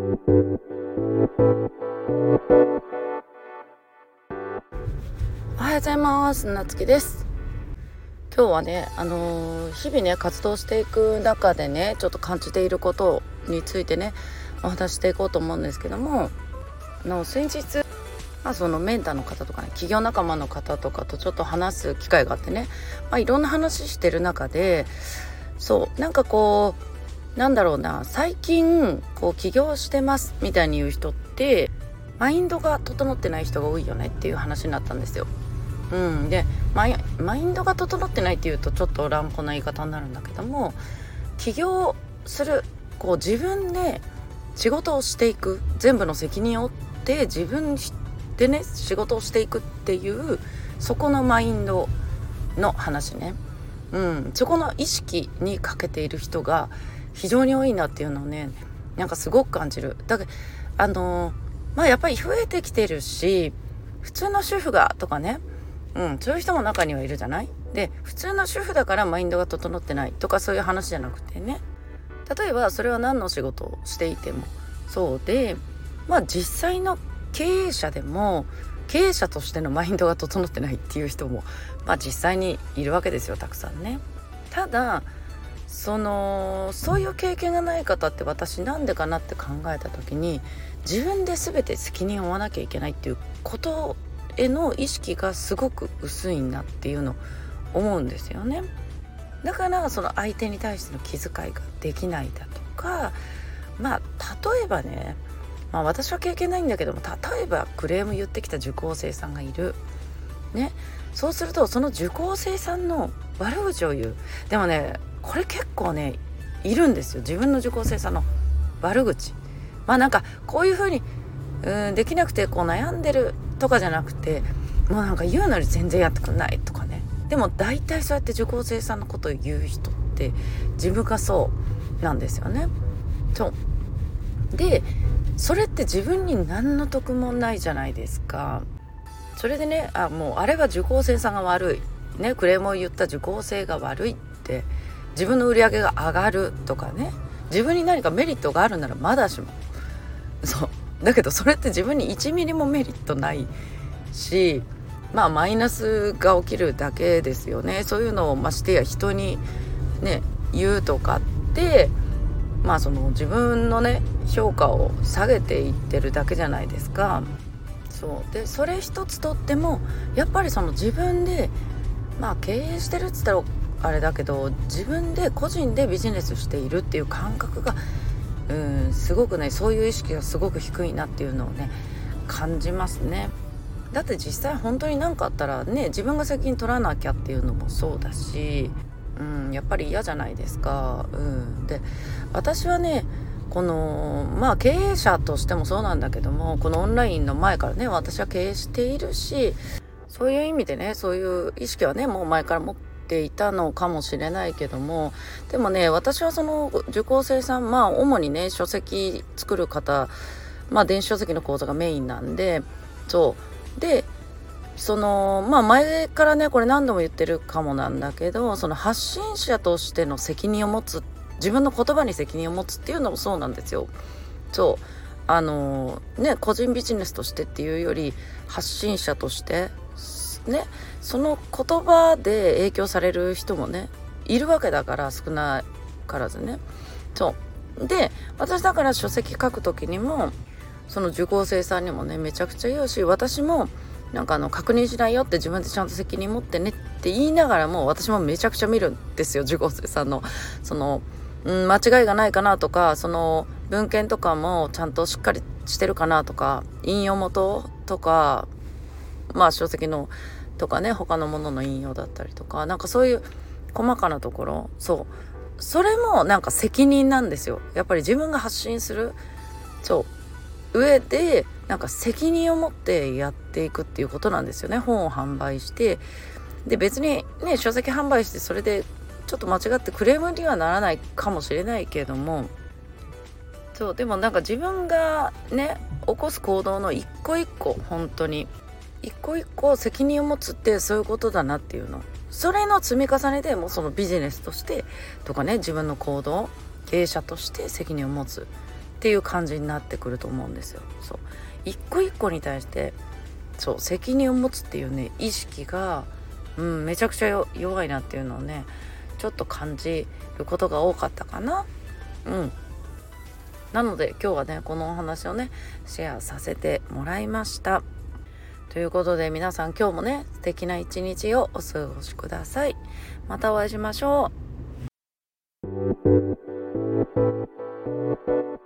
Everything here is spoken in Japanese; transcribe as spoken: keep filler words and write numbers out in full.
おはようございます。なつきです。今日はね、あのー、日々ね活動していく中でねちょっと感じていることについてねお話していこうと思うんですけども、あの先日、まあ、そのメンターの方とかね企業仲間の方とかとちょっと話す機会があってね、まあ、いろんな話してる中で、そうなんかこうなんだろうな最近こう起業してますみたいに言う人ってマインドが整ってない人が多いよねっていう話になったんですよ。うん、でマイ、マインドが整ってないっていうとちょっと乱暴な言い方になるんだけども、起業するこう自分で仕事をしていく、全部の責任を負って自分でね仕事をしていくっていうそこのマインドの話ね、うん、そこの意識に欠けている人が非常に多いなっていうのをねなんかすごく感じる。だからあのー、まあやっぱり増えてきてるし、普通の主婦がとかね、うん、そういう人も中にはいるじゃない。で普通の主婦だからマインドが整ってないとかそういう話じゃなくてね、例えばそれは何の仕事をしていてもそうで、まあ実際の経営者でも経営者としてのマインドが整ってないっていう人も、まあ、実際にいるわけですよ、たくさんね。ただそのそういう経験がない方って私なんでかなって考えた時に、自分で全て責任を負わなきゃいけないっていうことへの意識がすごく薄いなっていうのを思うんですよね。だからその相手に対しての気遣いができないだとか、まあ例えばね、まあ私は経験ないんだけども、例えばクレーム言ってきた受講生さんがいるね、そうするとその受講生さんの悪口を言う。でもねこれ結構ねいるんですよ、自分の受講生さんの悪口。まあなんかこういう風にうんできなくてこう悩んでるとかじゃなくて、もうなんか言うのに全然やってくんないとかね。でも大体そうやって受講生さんのことを言う人って自分がそうなんですよね。そうでそれって自分に何の得もないじゃないですか。それでね、あもうあれは受講生さんが悪いね、クレームを言った受講生が悪いって、自分の売り上げが上がるとかね、自分に何かメリットがあるならまだしもそうだけど、それって自分にいちミリもメリットないし、まあマイナスが起きるだけですよね。そういうのをましてや人にね言うとかって、まあその自分のね評価を下げていってるだけじゃないですか。そうでそれ一つとってもやっぱりその自分でまあ経営してるっつったらあれだけど、自分で個人でビジネスしているっていう感覚がうんすごくね、そういう意識がすごく低いなっていうのをね感じますね。だって実際本当に何かあったらね自分が責任取らなきゃっていうのもそうだし、うん、やっぱり嫌じゃないですか。うん、で私はねこのまあ経営者としてもそうなんだけども、このオンラインの前からね私は経営しているし、そういう意味でねそういう意識はねもう前から持っていたのかもしれないけども、でもね私はその受講生さん、まあ主にね書籍作る方、まあ電子書籍の講座がメインなんで、そうでそのまあ前からねこれ何度も言ってるかもなんだけど、その発信者としての責任を持つ、自分の言葉に責任を持つっていうのもそうなんですよ。そうあのね個人ビジネスとしてっていうより発信者としてね、その言葉で影響される人もねいるわけだから、少なからずね。そうで私だから書籍書く時にもその受講生さんにもねめちゃくちゃ言うし、私もなんかあの確認しないよって、自分でちゃんと責任持ってねって言いながらも私もめちゃくちゃ見るんですよ、受講生さんのその、うん、間違いがないかなとか、その文献とかもちゃんとしっかりしてるかなとか、引用元とかまあ書籍のとかね他のものの引用だったりとか、なんかそういう細かなところ、そうそれもなんか責任なんですよ。やっぱり自分が発信するそう上でなんか責任を持ってやっていくっていうことなんですよね。本を販売してで別にね書籍販売してそれでちょっと間違ってクレームにはならないかもしれないけれども、そうでもなんか自分がね起こす行動の一個一個本当に一個一個責任を持つってそういうことだなっていうの、それの積み重ねでもうそのビジネスとしてとかね自分の行動経営者として責任を持つっっていう感じになってくると思うんですよ。そう一個一個に対してそう責任を持つっていうね意識が、うん、めちゃくちゃ弱いなっていうのをねちょっと感じることが多かったかな。うんなので今日はねこのお話をねシェアさせてもらいました。ということで皆さん今日もね素敵な一日をお過ごしください。またお会いしましょう。